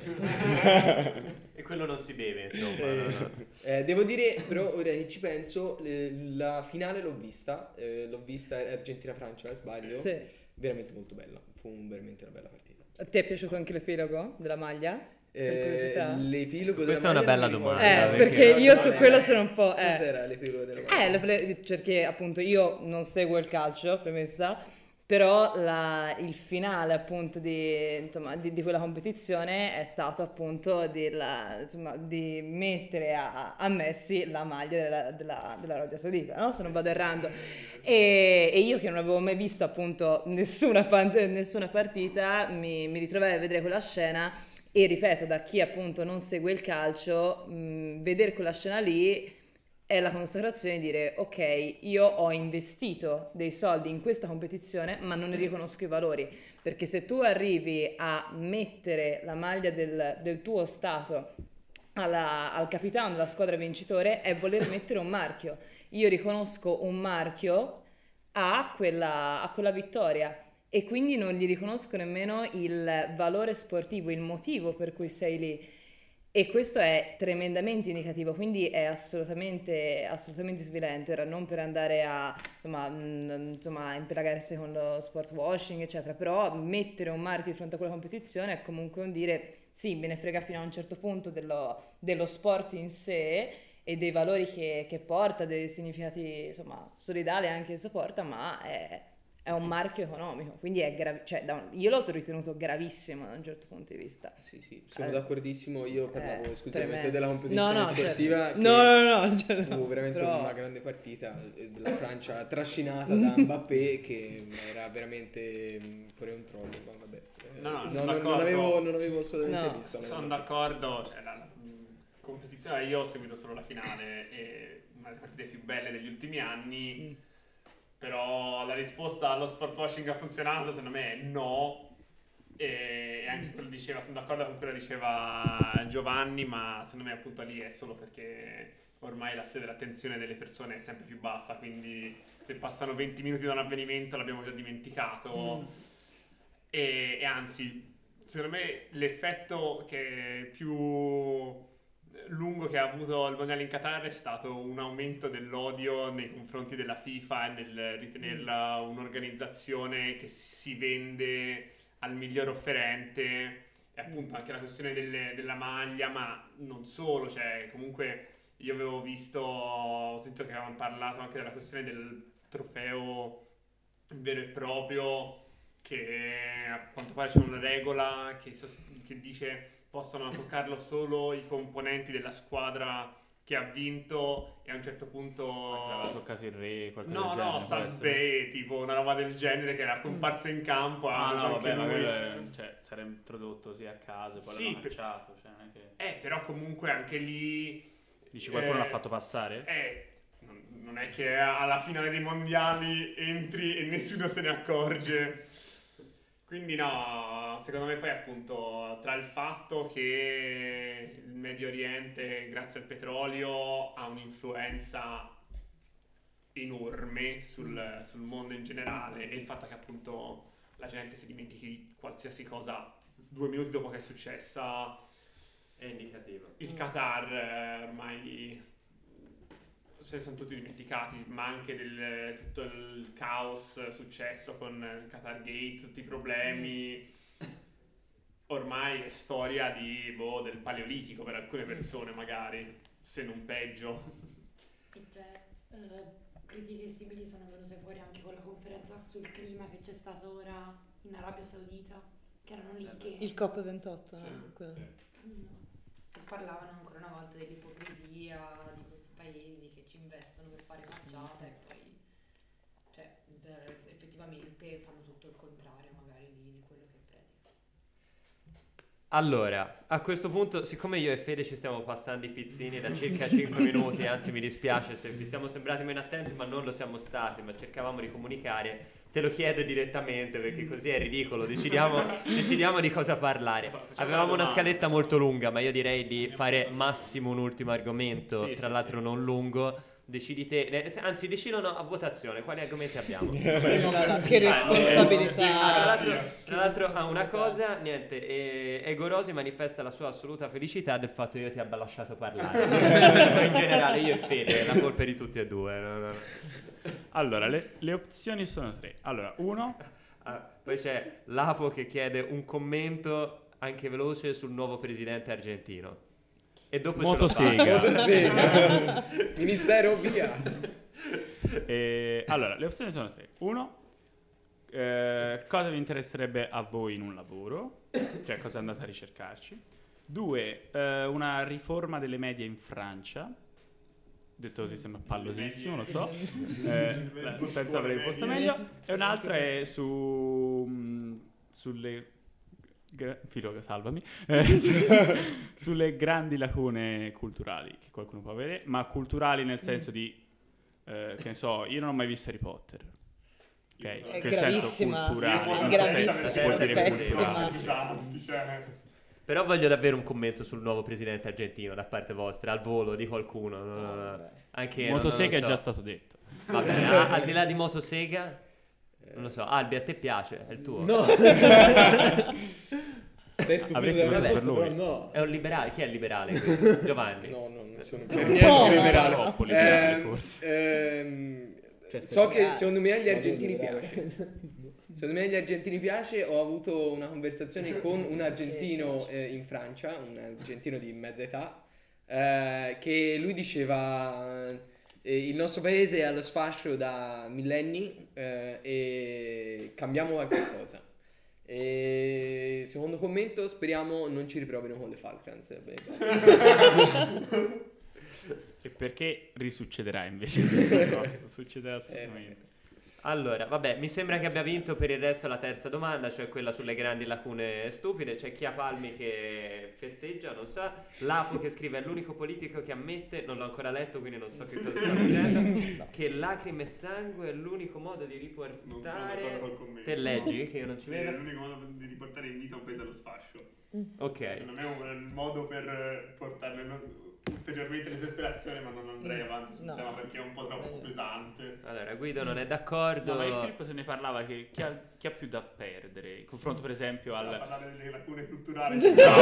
E quello non si beve, insomma. Devo dire, però, ora che ci penso, la finale l'ho vista Argentina-Francia, sbaglio? Sì. Veramente molto bella, fu veramente una bella partita. A te è piaciuto anche l'epilogo della maglia? Per curiosità? L'epilogo Questa della è una maglia bella non mi domanda, ricordo. perché io su quello sono un po'. Cos'era l'epilogo della maglia? Perché appunto io non seguo il calcio, premessa, però il finale appunto di quella competizione è stato appunto di mettere a Messi la maglia dell'Arabia Saudita, no? Se non vado errando. E io che non avevo mai visto appunto nessuna partita, mi ritrovai a vedere quella scena e ripeto, da chi appunto non segue il calcio, vedere quella scena lì è la consacrazione di dire ok, io ho investito dei soldi in questa competizione ma non ne riconosco i valori, perché se tu arrivi a mettere la maglia del tuo stato al capitano della squadra vincitore è voler mettere un marchio. Io riconosco un marchio a quella vittoria. E quindi non gli riconosco nemmeno il valore sportivo, il motivo per cui sei lì. E questo è tremendamente indicativo, quindi è assolutamente svilente. Ora, non per andare a impelagarsi con lo sport washing, eccetera, però mettere un marchio di fronte a quella competizione è comunque un dire sì, me ne frega fino a un certo punto dello sport in sé e dei valori che porta, dei significati solidali anche che sopporta, ma è un marchio economico, quindi è io l'ho ritenuto gravissimo da un certo punto di vista. Sì, sono d'accordissimo. Io parlavo esclusivamente tremendo. della competizione sportiva. Certo. No, Fu veramente però... una grande partita della Francia trascinata da Mbappé, che era veramente fuori un troll. Ma vabbè. Non avevo assolutamente visto. Sono d'accordo. Cioè, la competizione, io ho seguito solo la finale, e una delle partite più belle degli ultimi anni. Però la risposta allo sport washing ha funzionato, secondo me è no, e anche quello diceva, sono d'accordo con quello che diceva Giovanni, ma secondo me appunto lì è solo perché ormai la sfera dell'attenzione delle persone è sempre più bassa, quindi se passano 20 minuti da un avvenimento l'abbiamo già dimenticato, e anzi, secondo me l'effetto che è più lungo che ha avuto il mondiale in Qatar è stato un aumento dell'odio nei confronti della FIFA e nel ritenerla un'organizzazione che si vende al miglior offerente, e appunto anche la questione della maglia, ma non solo, cioè comunque io ho sentito che avevamo parlato anche della questione del trofeo vero e proprio, che a quanto pare c'è una regola che dice possono toccarlo solo i componenti della squadra che ha vinto, e a un certo punto aveva toccato il re, qualcosa del genere. Salve, tipo una roba del genere, che era comparso in campo. Vabbè, ma quello sarà introdotto a caso, poi l'hanno cacciato, cioè, non è che... però comunque anche lì dici qualcuno l'ha fatto passare? Non è che alla finale dei mondiali entri e nessuno se ne accorge. Quindi no, secondo me poi appunto tra il fatto che il Medio Oriente, grazie al petrolio, ha un'influenza enorme sul mondo in generale, e il fatto che appunto la gente si dimentichi di qualsiasi cosa 2 minuti dopo che è successa, è indicativo. Il Qatar ormai se ne sono tutti dimenticati, ma anche tutto il caos successo con il Qatar Gate, tutti i problemi. Ormai è storia del paleolitico per alcune persone, magari, se non peggio. E critiche simili sono venute fuori anche con la conferenza sul clima che c'è stata ora in Arabia Saudita, che erano lì che... Il COP28. Parlavano ancora una volta dell'ipocrisia di questi paesi che ci investono per fare facciata e poi effettivamente fanno tutto il contrario magari di quello che predicano. Allora, a questo punto, siccome io e Fede ci stiamo passando i pizzini da circa 5 minuti, anzi mi dispiace se vi siamo sembrati meno attenti, ma non lo siamo stati, ma cercavamo di comunicare, te lo chiedo direttamente perché così è ridicolo, decidiamo di cosa parlare. Avevamo una scaletta molto lunga, ma io direi di fare massimo un ultimo argomento, tra l'altro non lungo. Decidi te, anzi decidono a votazione quali argomenti abbiamo. Che responsabilità. Tra l'altro ha una cosa, niente, Ego Rosi manifesta la sua assoluta felicità del fatto che io ti abbia lasciato parlare. In generale io e Fede, la colpa è di tutti e due. No. Allora, le opzioni sono 3. Allora, 1. Poi c'è Lapo che chiede un commento anche veloce sul nuovo presidente argentino. E dopo Motosega. Ministero, via. Allora, le opzioni sono 3. 1. Cosa vi interesserebbe a voi in un lavoro? Cioè, cosa andate a ricercarci? 2. Una riforma delle medie in Francia. Detto così sembra pallosissimo, lo so. Penso avrei risposto meglio. E un'altra è sulle... Filo, salvami. Sulle grandi lacune culturali che qualcuno può avere, ma culturali nel senso di che ne so, io non ho mai visto Harry Potter. Ok, È che gravissima, senso culturale, è non gravissima, so se può dire pessima. culturale. Cioè, Però voglio davvero un commento sul nuovo presidente argentino da parte vostra, al volo di qualcuno. Anche Motosega non è so. già stato detto. Vabbè, al di là di Motosega, non lo so. Albi, a te piace? È il tuo? No. Sei stupido Avresti della votato risposta, per lui. però no. È un liberale. Chi è il liberale? Questo? Giovanni. No, non sono Per più. niente liberale. Troppo liberale, Ehm, forse. Cioè, so aspetta. che secondo me agli No, argentini non piace. Secondo me agli argentini piace. Ho avuto una conversazione con un argentino in Francia, un argentino di mezza età, che lui diceva il nostro paese è allo sfascio da millenni e cambiamo qualche cosa. E secondo commento, speriamo non ci riprovino con le Falklands. Beh, basta. E perché risuccederà invece questa cosa? Succederà assolutamente. Allora, vabbè, mi sembra che abbia vinto per il resto la terza domanda, cioè quella sulle grandi lacune stupide. C'è chi ha Palmi che festeggia, non so. Lapo che scrive: è l'unico politico che ammette, non l'ho ancora letto quindi non so che cosa sta dicendo, che lacrime e sangue è l'unico modo di Non sono d'accordo riportare. col commento. Te leggi che io non ci Sì, è vedo? l'unico modo di riportare in vita un paese allo sfascio. Ok. Secondo me è il modo per portarne ulteriormente l'esasperazione, ma non andrei avanti sul No. tema perché è un po' troppo pesante. Allora, Guido non è d'accordo. No, ma il Filippo se ne parlava che chi ha più da perdere in confronto per esempio Bisogna al... parlare delle lacune culturali.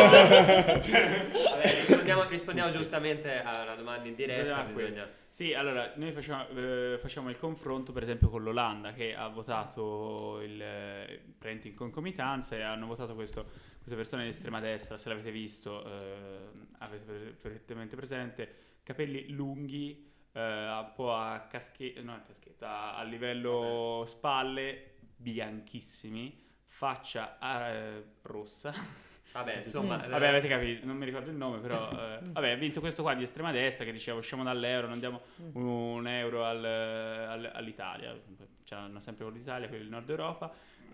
Vabbè, rispondiamo giustamente a una domanda in diretta. Ah, Bisogna... Sì, allora noi facciamo il confronto per esempio con l'Olanda che ha votato il prende in concomitanza e hanno votato queste persone di estrema destra, se l'avete visto avete perfettamente presente, capelli lunghi, un po' a caschetta, a livello spalle, bianchissimi, faccia rossa. Vabbè, insomma, Vabbè, avete capito, non mi ricordo il nome, però vabbè, ha vinto questo qua di estrema destra che diceva usciamo dall'euro, non diamo un euro all'Italia, c'hanno sempre con l'Italia, quelli del Nord Europa,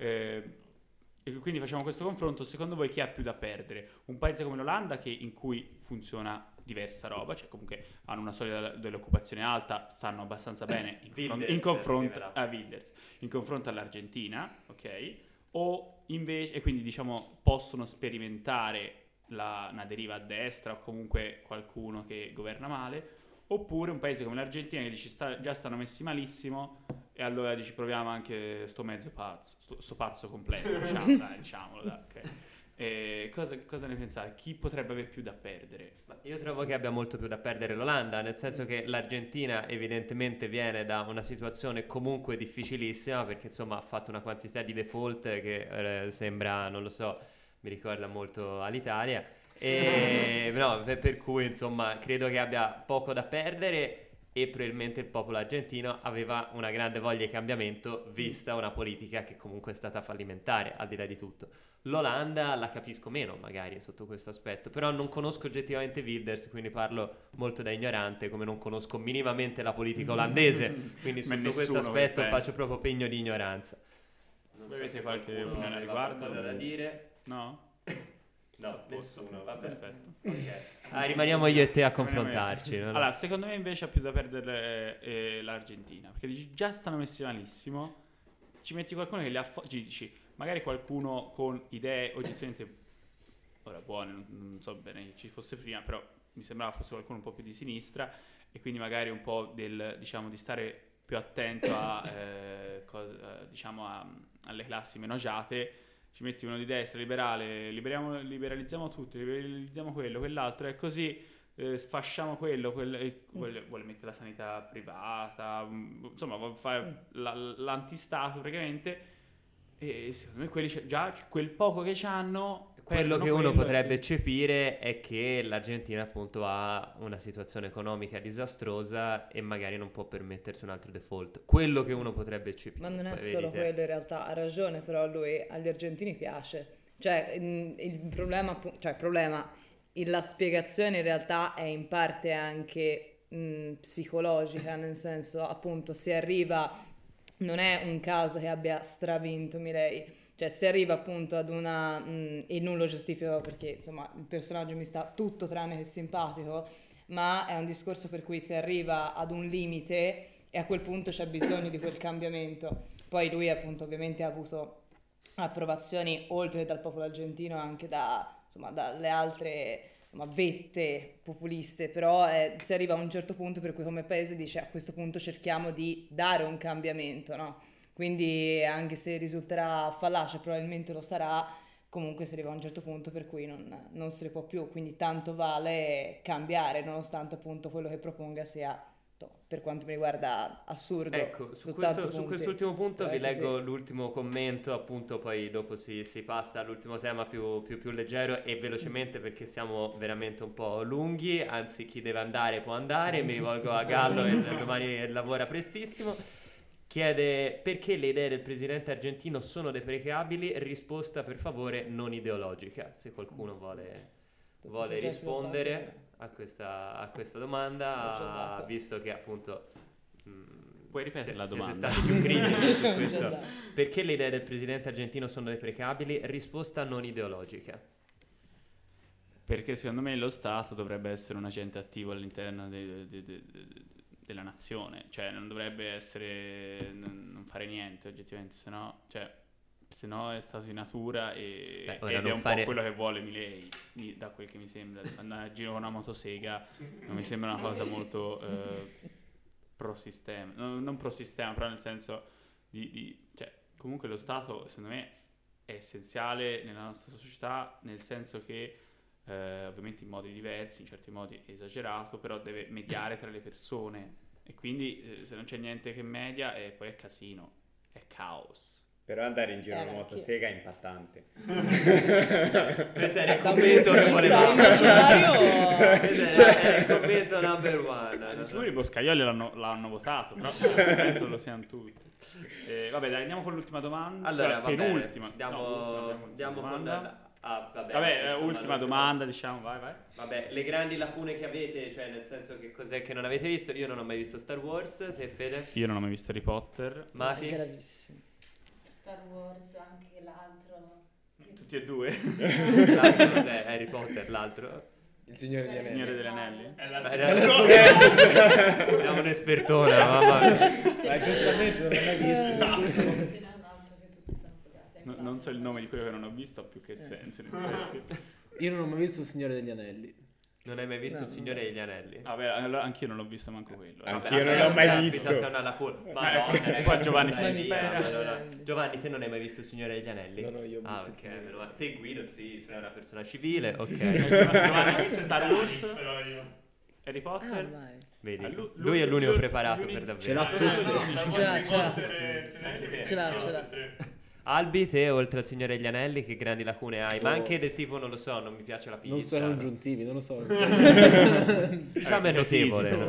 e quindi facciamo questo confronto. Secondo voi chi ha più da perdere? Un paese come l'Olanda in cui funziona diversa roba, cioè comunque hanno una soglia dell'occupazione alta, stanno abbastanza bene in confronto a Wilders, in confronto all'Argentina, ok? O invece, e quindi diciamo possono sperimentare una deriva a destra o comunque qualcuno che governa male, oppure un paese come l'Argentina che dici già stanno messi malissimo e allora dici proviamo anche sto mezzo pazzo, sto pazzo completo, diciamolo, dai, ok. Cosa ne pensate? Chi potrebbe avere più da perdere? Ma io trovo che abbia molto più da perdere l'Olanda, nel senso che l'Argentina evidentemente viene da una situazione comunque difficilissima, perché insomma ha fatto una quantità di default che sembra, non lo so, mi ricorda molto all'Italia, e no, per cui insomma credo che abbia poco da perdere. E probabilmente il popolo argentino aveva una grande voglia di cambiamento vista una politica che comunque è stata fallimentare al di là di tutto. L'Olanda la capisco meno magari sotto questo aspetto, però non conosco oggettivamente Wilders, quindi parlo molto da ignorante, come non conosco minimamente la politica olandese, quindi Ma sotto questo nessuno aspetto pensa. faccio proprio pegno di ignoranza. Non Voi avete se qualche qualcuno opinione al aveva riguardo? qualcosa da dire. No? No, nessuno, va bene. Perfetto. Ok. Rimaniamo io e te a confrontarci. no? Allora, secondo me invece ha più da perdere l'Argentina, perché dici già stanno messi malissimo, ci metti qualcuno che dici magari qualcuno con idee oggettivamente ora buone, non so bene che ci fosse prima, però mi sembrava fosse qualcuno un po' più di sinistra e quindi magari un po' diciamo di stare più attento alle classi meno agiate. Ci metti uno di destra, liberale, liberalizziamo tutto, liberalizziamo quello, quell'altro, e così sfasciamo quello vuole mettere la sanità privata, insomma vuole fare l'antistato praticamente, e secondo me quelli già quel poco che c'hanno. Quello che uno potrebbe eccepire è che l'Argentina appunto ha una situazione economica disastrosa e magari non può permettersi un altro default. Quello che uno potrebbe eccepire. Ma non è Poi solo vedi te. quello in realtà, ha ragione, però lui agli argentini piace. Cioè il problema, la spiegazione in realtà è in parte anche psicologica, nel senso appunto si arriva, non è un caso che abbia stravinto Milei. Cioè si arriva appunto ad una e non lo giustifico perché insomma il personaggio mi sta tutto tranne che simpatico, ma è un discorso per cui si arriva ad un limite e a quel punto c'è bisogno di quel cambiamento. Poi lui appunto ovviamente ha avuto approvazioni oltre dal popolo argentino anche da insomma, dalle altre vette populiste, però si arriva a un certo punto per cui come paese dice a questo punto cerchiamo di dare un cambiamento, no? Quindi anche se risulterà fallace, probabilmente lo sarà, comunque si arriva a un certo punto per cui non se ne può più, quindi tanto vale cambiare, nonostante appunto quello che proponga sia, per quanto mi riguarda, assurdo. Ecco, su punti. quest'ultimo punto vi Così. leggo l'ultimo commento, appunto poi dopo si passa all'ultimo tema più leggero e velocemente perché siamo veramente un po' lunghi, anzi chi deve andare può andare, mi rivolgo a Gallo e domani lavora prestissimo. Chiede perché le idee del presidente argentino sono deprecabili, risposta per favore non ideologica, se qualcuno vuole rispondere a questa domanda, visto che appunto puoi ripetere la domanda? Siete stati più critici su questo. Perché le idee del presidente argentino sono deprecabili? Risposta non ideologica. Perché secondo me lo Stato dovrebbe essere un agente attivo all'interno della nazione, cioè non dovrebbe essere non fare niente oggettivamente, se no è stato di natura ed è un po' quello che vuole Milei, da quel che mi sembra. Andare a giro con una motosega non mi sembra una cosa molto pro sistema, non pro sistema, però nel senso cioè, comunque lo Stato secondo me è essenziale nella nostra società, nel senso che ovviamente in modi diversi, in certi modi esagerato, però deve mediare tra le persone e quindi se non c'è niente che media poi è casino, è caos. Però andare in giro con una motosega è impattante. Questo era il commento che volevamo. Questo era il commento number one. Di sicuro i boscaioli l'hanno votato, però penso lo siano tutti. Vabbè, dai, andiamo con l'ultima domanda. Allora, penultima. Andiamo con ultima domanda, diciamo, vai. Vabbè, le grandi lacune che avete, cioè nel senso che cos'è che non avete visto? Io non ho mai visto Star Wars, te Fede? Io non ho mai visto Harry Potter. Mati? Gravissimo. Star Wars, anche l'altro. Tutti e due? L'altro cos'è? Harry Potter, l'altro? Il Signore degli Signore Anelli. degli Anelli. È la stessa cosa. Siamo un'espertona, mamma mia. Ma giustamente non l'hai mai visto. Ce n'è un altro che tutti sono fregati. Non so il nome di quello che non ho visto, ha più che senso in effetti. Io non ho mai visto Il Signore degli Anelli. Non hai mai visto Il Signore degli Anelli? Vabbè, allora anch'io non l'ho visto manco quello. Anch'io non l'ho mai visto. Sei una lacuna. Madonna, qua Giovanni si dai, dispera. Giovanni, te non hai mai visto Il Signore degli Anelli? No, io ho visto il ok. Signore. Meno male. Te Guido, sì, sei una persona civile, ok. Giovanni, hai visto Star Wars? Però io. Harry Ah, Potter? vai. Vedi, Lui- lui è l'unico lui- preparato lui- per davvero. Ce l'ha tutte. Ce l'ha. Albi, te oltre al Signore degli Anelli che grandi lacune hai? Ma anche del tipo, non lo so, non mi piace la pizza. Non sono aggiuntivi, non lo so. Diciamo è notevole. Fisico, no?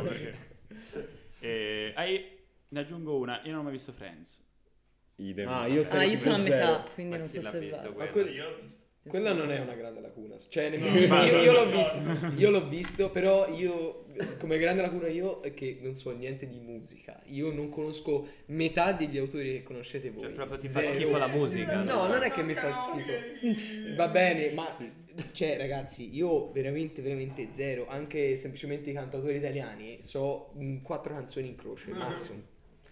perché- ne aggiungo una, io non ho mai visto Friends. Idem. Io Io sono a metà, quindi Ma non chi so l'ha se visto va. quello? Io l'ho visto. Quella non è una grande lacuna, cioè io l'ho visto, però io come grande lacuna io è che non so niente di musica, io non conosco metà degli autori che conoscete voi. Cioè proprio ti fa Zero. schifo la musica. No, non è che mi fa schifo. Va bene, ma cioè ragazzi, io veramente veramente zero, anche semplicemente i cantautori italiani so 4 canzoni in croce, massimo.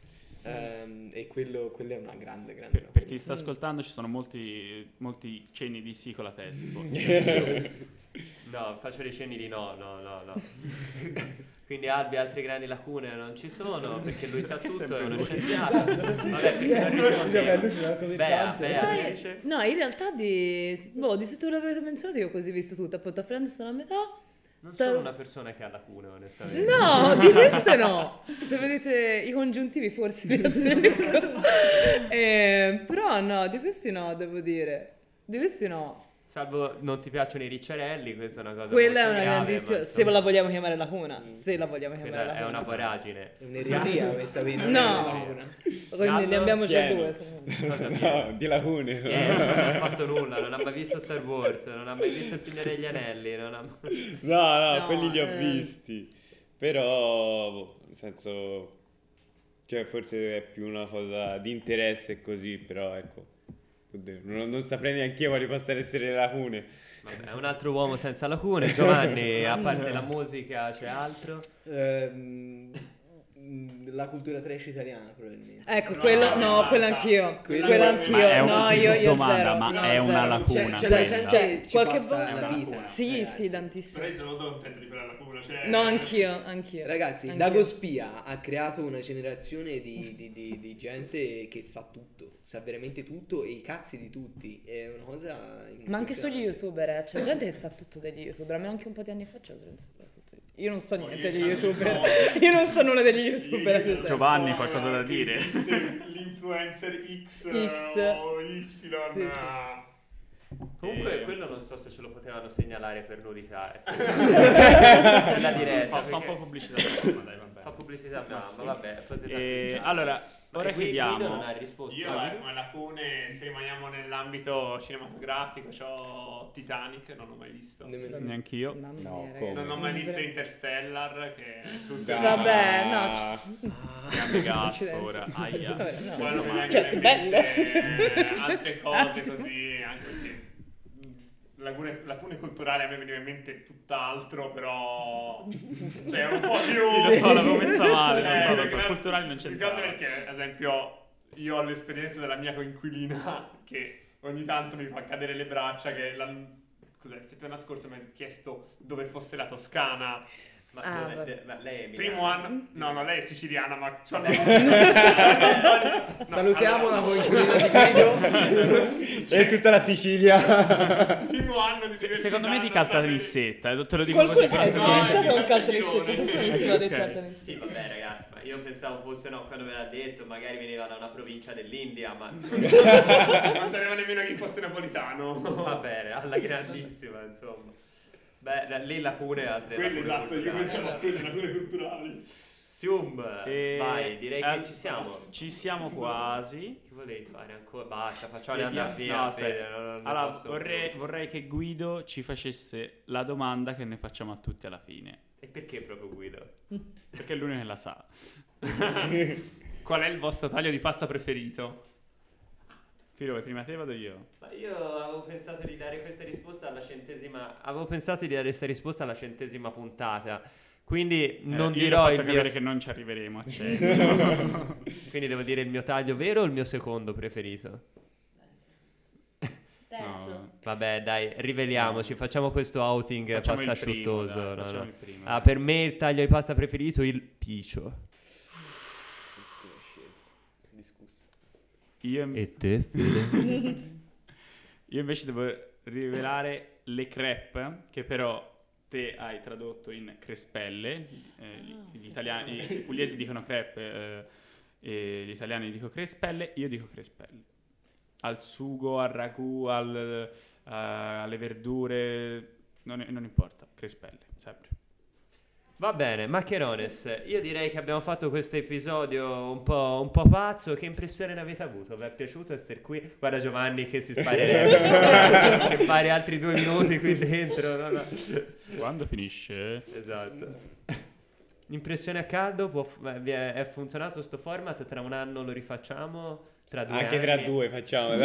E quello è una grande lacuna. Per chi sta ascoltando ci sono molti cenni di sì con la testa, forse. No, faccio dei cenni di no. Quindi Albi, altre grandi lacune non ci sono perché lui sa Che tutto, sempre è uno lui. scienziato. Vabbè, perché non rispondevo. così Bea Dai, invece. no, in realtà di tutto l'avete menzionato io ho così visto tutto, appunto a Friends sono a metà. Non Star- sono una persona che ha lacune, onestamente. No, di queste no. Se vedete i congiuntivi forse vi azzecco. Però no, di questi no, devo dire. Di questi no. Salvo non ti piacciono i ricciarelli, questa è una cosa Quella è molto una grave, grandissima. ma Se la vogliamo chiamare lacuna. Se la vogliamo chiamare quella è lacuna. una voragine. È un'eresia questa qui. non è No. una lacuna. Quindi ne abbiamo già Pieno. due. secondo me. Cosa piena? No, di lacune. Non ha fatto nulla, non ha mai visto Star Wars, non ha mai visto Il Signore degli Anelli, non ha... No, No, quelli li ho visti. Però, nel senso, cioè forse è più una cosa di interesse così, però ecco, oddio, non saprei neanche io quali possano essere le lacune. Vabbè, è un altro uomo senza lacune. Giovanni, a parte la musica, c'è altro? La cultura trash italiana, probabilmente. Ecco, No, quello, no, no, quello anch'io. quello- Quello Ma anch'io. è No, io domanda, zero. ma no, è una zero. lacuna. C'è quella. la gente ci Qualche passa volta- la È una vita. lacuna. Sì, ragazzi. sì, tantissimo. Però io sono molto contento di quella lacuna. Cioè... No, anch'io. Ragazzi, Anch'io. Dago Spia ha creato una generazione di gente che sa tutto, sa veramente tutto e i cazzi di tutti. È una cosa Ma anche sugli impressionante. youtuber, c'è gente che sa tutto degli youtuber. A me anche un po' di anni fa c'era gente che sapeva tutto. Io non so niente degli youtuber. Io non so nulla degli youtuber. ad esempio. Giovanni, qualcosa da che dire? Esiste l'influencer X, o Y. Sì, sì, sì. Comunque quello non so se ce lo potevano segnalare per nudità. Per la diretta. Fa un po' pubblicità alla mamma, dai, vabbè. Fa pubblicità a mamma, vabbè, potete acquistare. Allora, ora Guido chiediamo. non ha risposto. Io come lacune, se rimaniamo nell'ambito cinematografico, c'ho Titanic, non l'ho mai visto. Nemmeno- Neanch'io. Mamma No, mia, come? Non ho mai visto Interstellar, che è tutto Vabbè, no. Grande gas Accidenti. ora. Aia. Vabbè, no. Quello mi vengono Cioè, in bello. mente altre cose così, anche perché lacune culturali a me veniva in mente tutt'altro, però cioè un po' più Sì, lo so, l'avevo messa male, lo so, perché culturali non più che c'entrava. altro perché, ad esempio, io ho l'esperienza della mia coinquilina che ogni tanto mi fa cadere le braccia, che cos'è, settimana scorsa mi ha chiesto dove fosse la Toscana. Ma, Ah, dove- vabbè. ma lei è Primo Milano? anno, no, lei è siciliana, ma Salutiamo la allora, coinquilina di Guido. E tutta la Sicilia. primo anno di università. Secondo me di non caltanissetta, te lo dico Qualcuno così. è però- no, iniziato con no, caltanissetta. girone. Perché iniziava del Ok. Sì, caltanissetta? vabbè ragazzi, ma io pensavo fosse, no, quando me l'ha detto, magari veniva da una provincia dell'India, ma Non sapeva nemmeno chi fosse napolitano. va bene, alla grandissima, insomma. Beh, lì lacune e altre Quello lacune esatto, io culturali. pensavo a quelle lacune culturali. Sium, vai, direi che eh, ci siamo. Ci siamo quasi. Che volevi fare ancora? Basta, facciamo Vediamo- andare via. no, aspetta. Fede, non ne Allora, posso vorrei che Guido ci facesse la domanda che ne facciamo a tutti alla fine. E perché proprio Guido? Perché è l'unico che la sa. Qual è il vostro taglio di pasta preferito? Filo, vai prima te vado io. Ma io avevo pensato di dare questa risposta alla centesima. Avevo pensato di dare questa risposta alla 100ª puntata. Quindi non io dirò gli ho il fatto mio. capire che non ci arriveremo a 100. Quindi devo dire il mio taglio vero o il mio secondo preferito? Terzo. No. Vabbè, dai, riveliamoci. Facciamo questo outing Facciamo pasta il primo, asciuttoso. dai, no, facciamo no. il primo. Ah, per me il taglio di pasta preferito è il picio. Discusso. Io, E te, Fede? io invece devo rivelare le crepe, che però te hai tradotto in crespelle. I pugliesi dicono crepe, e gli italiani dicono crespelle. Io dico crespelle. Al sugo, al ragù, alle verdure, non importa, crespelle, sempre. Va bene, Maccherones, io direi che abbiamo fatto questo episodio un po' pazzo. Che impressione ne avete avuto? Vi è piaciuto essere qui? Guarda Giovanni che si sparerebbe, che fare altri 2 minuti qui dentro. No. Quando finisce? Esatto. Impressione a caldo, è funzionato sto format? Tra un anno lo rifacciamo? Tra 2 Anche tra anni? 2 facciamo.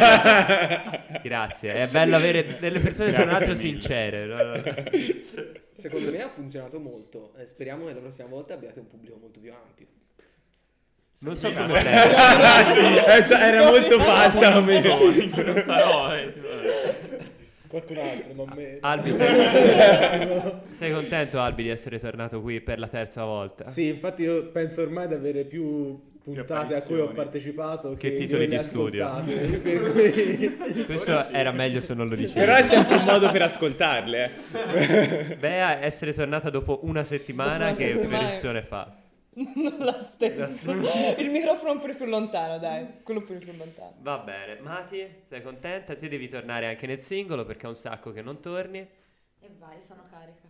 Grazie, è bello avere delle persone tra l'altro sincere. No. Secondo me ha funzionato molto. Speriamo che la prossima volta abbiate un pubblico molto più ampio. Non so come te. Era molto pazza la mia. Non sarò. Qualcun altro, non me. Albi, sei contento Albi di essere tornato qui per la terza volta? Sì, infatti io penso ormai di avere più puntate a cui ho apparizioni. partecipato Che che titoli quelle di studio. ascoltate, per cui... Questo era meglio se non lo dicevi. Però è sempre un modo per ascoltarle. Bea, essere tornata dopo una settimana, Dopo una che settimana. impressione fa? Non la stessa. Il microfono un po' più lontano, dai. Quello un po' più lontano. Va bene, Mati, sei contenta? Ti devi tornare anche nel singolo perché è un sacco che non torni. E vai, sono carica.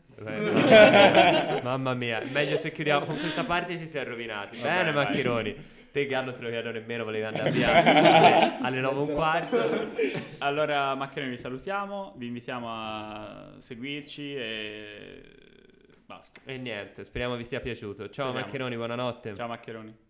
Mamma mia, meglio se chiudiamo con questa parte, ci si è rovinati. Bene, vai. Macchironi. Te Gal non te lo chiedo nemmeno, volevi andare via alle 9:15. Allora, Maccheroni, vi salutiamo, vi invitiamo a seguirci e basta. E niente, speriamo vi sia piaciuto. Ciao Speriamo. Maccheroni, buonanotte. Ciao Maccheroni.